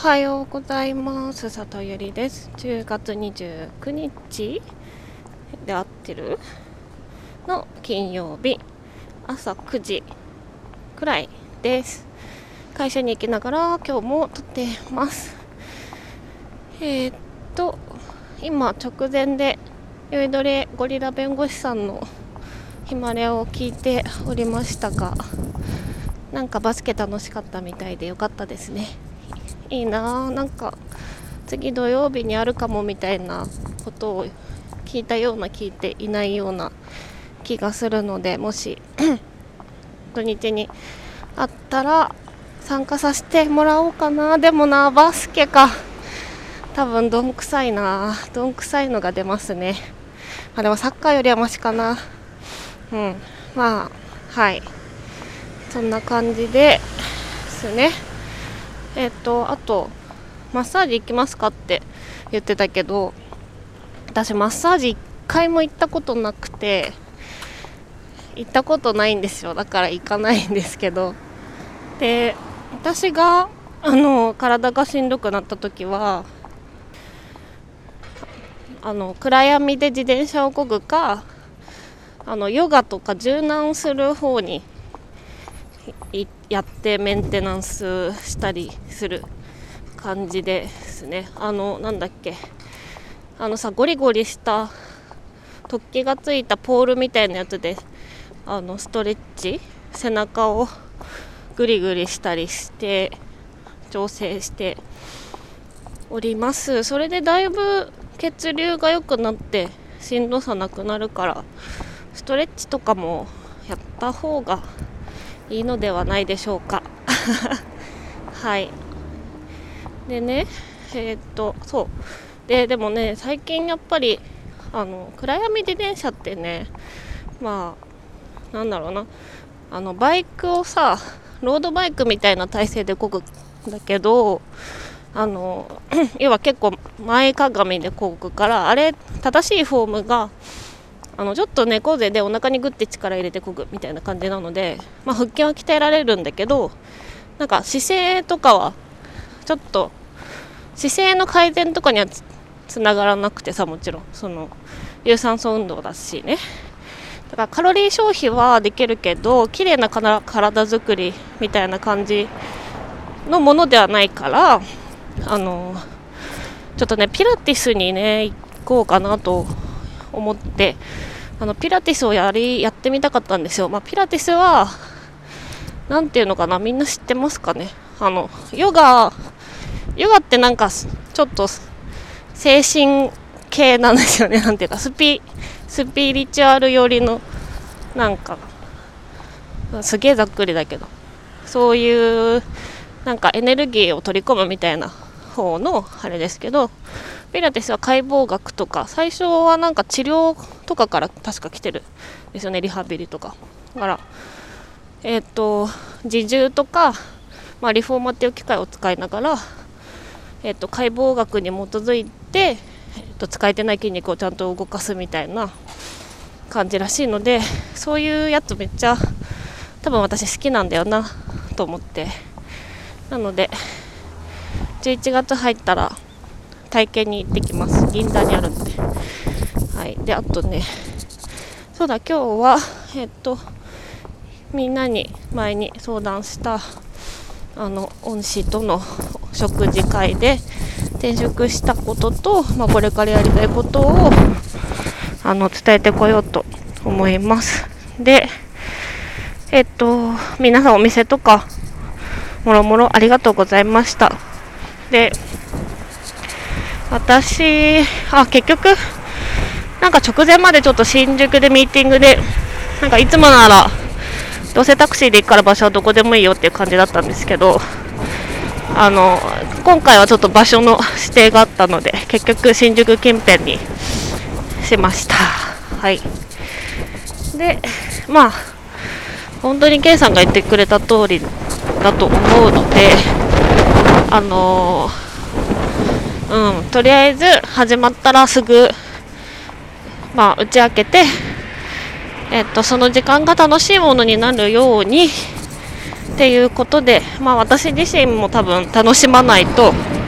はようございます。佐藤ゆりです。10月29日で合ってるの金曜日朝9時くらいです。会社に行きながら今日も撮ってます。今直前で酔いどれゴリラ弁護士さんのヒマラヤを聞いておりましたが、なんかバスケ楽しかったみたいでよかったですね。いいなぁ、なんか次土曜日にあるかもみたいなことを聞いたような聞いていないような気がするので、もし土日にあったら参加させてもらおうかな。でもな、バスケか、多分どんくさいな、どんくさいのが出ますね。でもサッカーよりはマシかな。まあはい、そんな感じですね。あとマッサージ行きますかって言ってたけど、私マッサージ1回も行ったことなくて、行ったことないんですよ。だから行かないんですけど、で私が体がしんどくなった時は暗闇で自転車を漕ぐか、ヨガとか柔軟する方にやってメンテナンスしたりする感じですね。なんだっけ、ゴリゴリした突起がついたポールみたいなやつでストレッチ、背中をグリグリしたりして調整しております。それでだいぶ血流が良くなってしんどさなくなるから、ストレッチとかもやった方がいいのではないでしょうかはいでね、そうでもね、最近やっぱり暗闇自転車ってね、なんだろうな、バイクをさ、ロードバイクみたいな体勢で漕ぐんだけど、要は結構前かがみで漕ぐから、あれ正しいフォームがちょっと猫背でお腹にグッて力入れて漕ぐみたいな感じなので、腹筋は鍛えられるんだけど、なんか姿勢とかはちょっと姿勢の改善とかにはつながらなくてさ、もちろんその有酸素運動だしね。だからカロリー消費はできるけど、綺麗な体作りみたいな感じのものではないから、ちょっとねピラティスにね行こうかなと思って、ピラティスをやってみたかったんですよ。ピラティスはなんていうのかな、みんな知ってますかね。ヨガってなんかちょっと精神系なんですよね。なんていうかスピリチュアル寄りの、なんかすげえざっくりだけど、そういうなんかエネルギーを取り込むみたいな方のあれですけど、ピラティスは解剖学とか、最初はなんか治療とかから確か来てるんですよね、リハビリとか。だから自重とか、リフォーマーっていう機械を使いながら、解剖学に基づいて、使えてない筋肉をちゃんと動かすみたいな感じらしいので、そういうやつめっちゃ多分私好きなんだよなと思って、なので11月入ったら体験に行ってきます。銀座にあるので。はい。で、あとね、そうだ、今日はみんなに前に相談した恩師との食事会で転職したことと、これからやりたいことを伝えてこようと思います。で、皆さんお店とかもろもろありがとうございました。で、私結局なんか直前までちょっと新宿でミーティングで、なんかいつもならどうせタクシーで行くから場所はどこでもいいよっていう感じだったんですけど、今回はちょっと場所の指定があったので、結局新宿近辺にしました。はい。で、本当に K さんが言ってくれた通りだと思うので、とりあえず始まったらすぐ打ち明けて、その時間が楽しいものになるようにっていうことで、私自身も多分楽しまないと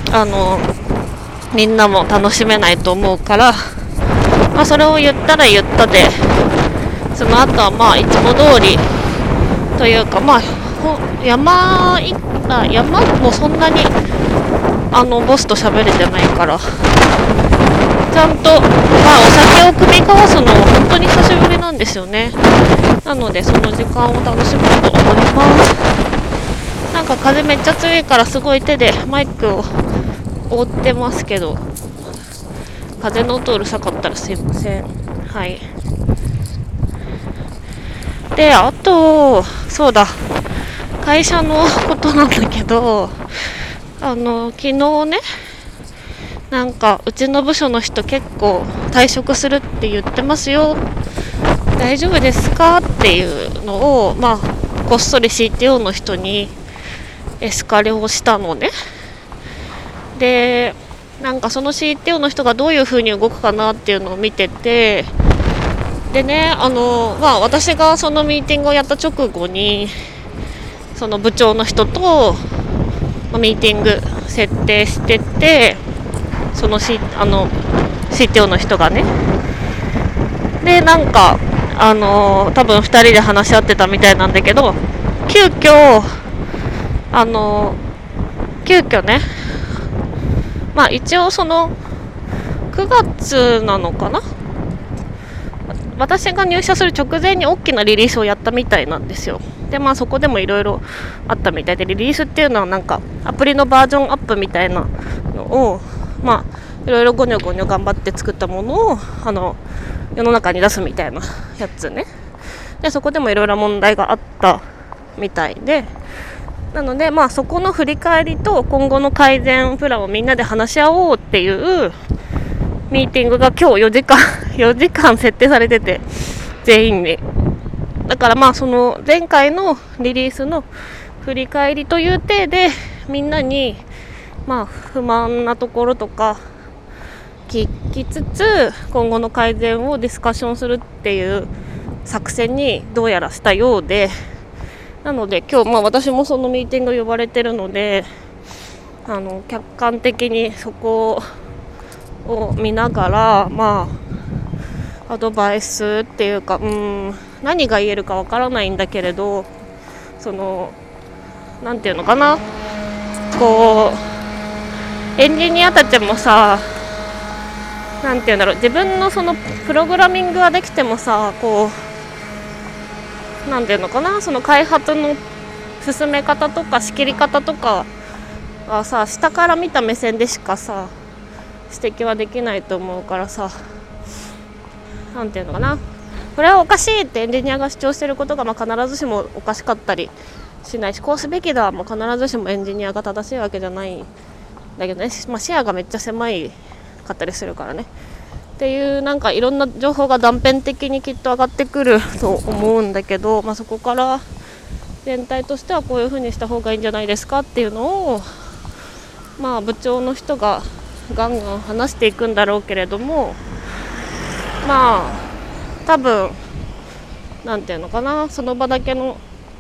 みんなも楽しめないと思うから、それを言ったら言ったで、その後はいつも通りというか、山もそんなにボスと喋れてないから、ちゃんと、お酒を組み交わすのは本当に久しぶりなんですよね。なのでその時間を楽しもうと思います。なんか風めっちゃ強いからすごい手でマイクを覆ってますけど、風の音うるさかったらすいません。はい。で、あとそうだ、会社のことなんだけど、昨日ね、なんかうちの部署の人結構退職するって言ってますよ、大丈夫ですかっていうのをこっそり CTO の人にエスカレをしたのね。で、なんかその CTO の人がどういう風に動くかなっていうのを見てて、でね、私がそのミーティングをやった直後にその部長の人とミーティング設定してて、その、CTO の人がね、でなんか多分2人で話し合ってたみたいなんだけど、急遽ね、一応その9月なのかな、私が入社する直前に大きなリリースをやったみたいなんですよ。でそこでもいろいろあったみたいで、リリースっていうのはなんかアプリのバージョンアップみたいなのをいろいろゴニョゴニョ頑張って作ったものを世の中に出すみたいなやつね。でそこでもいろいろ問題があったみたいで、なのでそこの振り返りと今後の改善プランをみんなで話し合おうっていうミーティングが今日4時間設定されてて、全員に。だからその前回のリリースの振り返りという体でみんなに不満なところとか聞きつつ、今後の改善をディスカッションするっていう作戦にどうやらしたようで、なので今日私もそのミーティング呼ばれてるので、客観的にそこを見ながらアドバイスっていうか、何が言えるかわからないんだけれど、そのなんていうのかな、こうエンジニアたちもさ、なんていうんだろう、自分のそのプログラミングができてもさ、こうなんていうのかな、その開発の進め方とか仕切り方とかはさ、下から見た目線でしかさ指摘はできないと思うからさ、なんていうのかな、これはおかしいってエンジニアが主張していることが必ずしもおかしかったりしないし、こうすべきだも必ずしもエンジニアが正しいわけじゃないんだけどね、視野がめっちゃ狭いかったりするからねっていう、なんかいろんな情報が断片的にきっと上がってくると思うんだけど、そこから全体としてはこういう風にした方がいいんじゃないですかっていうのを部長の人がガンガン話していくんだろうけれども、多分なんていうのかな、その場だけの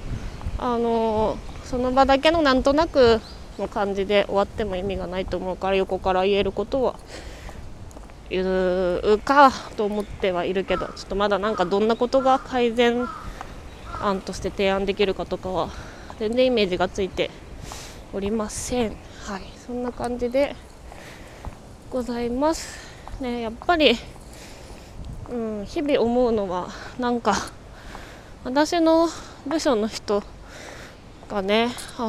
なんとなくの感じで終わっても意味がないと思うから、横から言えることは言うかと思ってはいるけど、ちょっとまだなんかどんなことが改善案として提案できるかとかは全然イメージがついておりません。はい、そんな感じでございますね。やっぱり日々思うのは、なんか私の部署の人がね、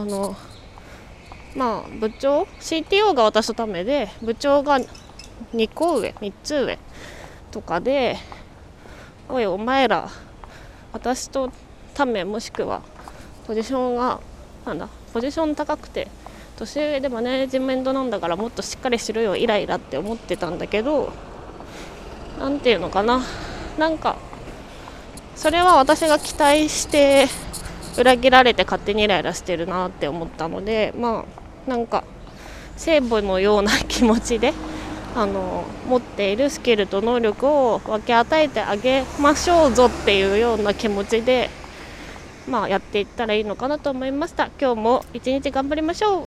部長 CTO が私とためで、部長が2個上3つ上とかで、おいお前ら私とため、もしくはポジション高くて年上でマネージメントなんだからもっとしっかりしろよイライラって思ってたんだけど、なんていうのかな、なんかそれは私が期待して裏切られて勝手にイライラしてるなって思ったので、なんか聖母のような気持ちで持っているスキルと能力を分け与えてあげましょうぞっていうような気持ちでやっていったらいいのかなと思いました。今日も一日頑張りましょう。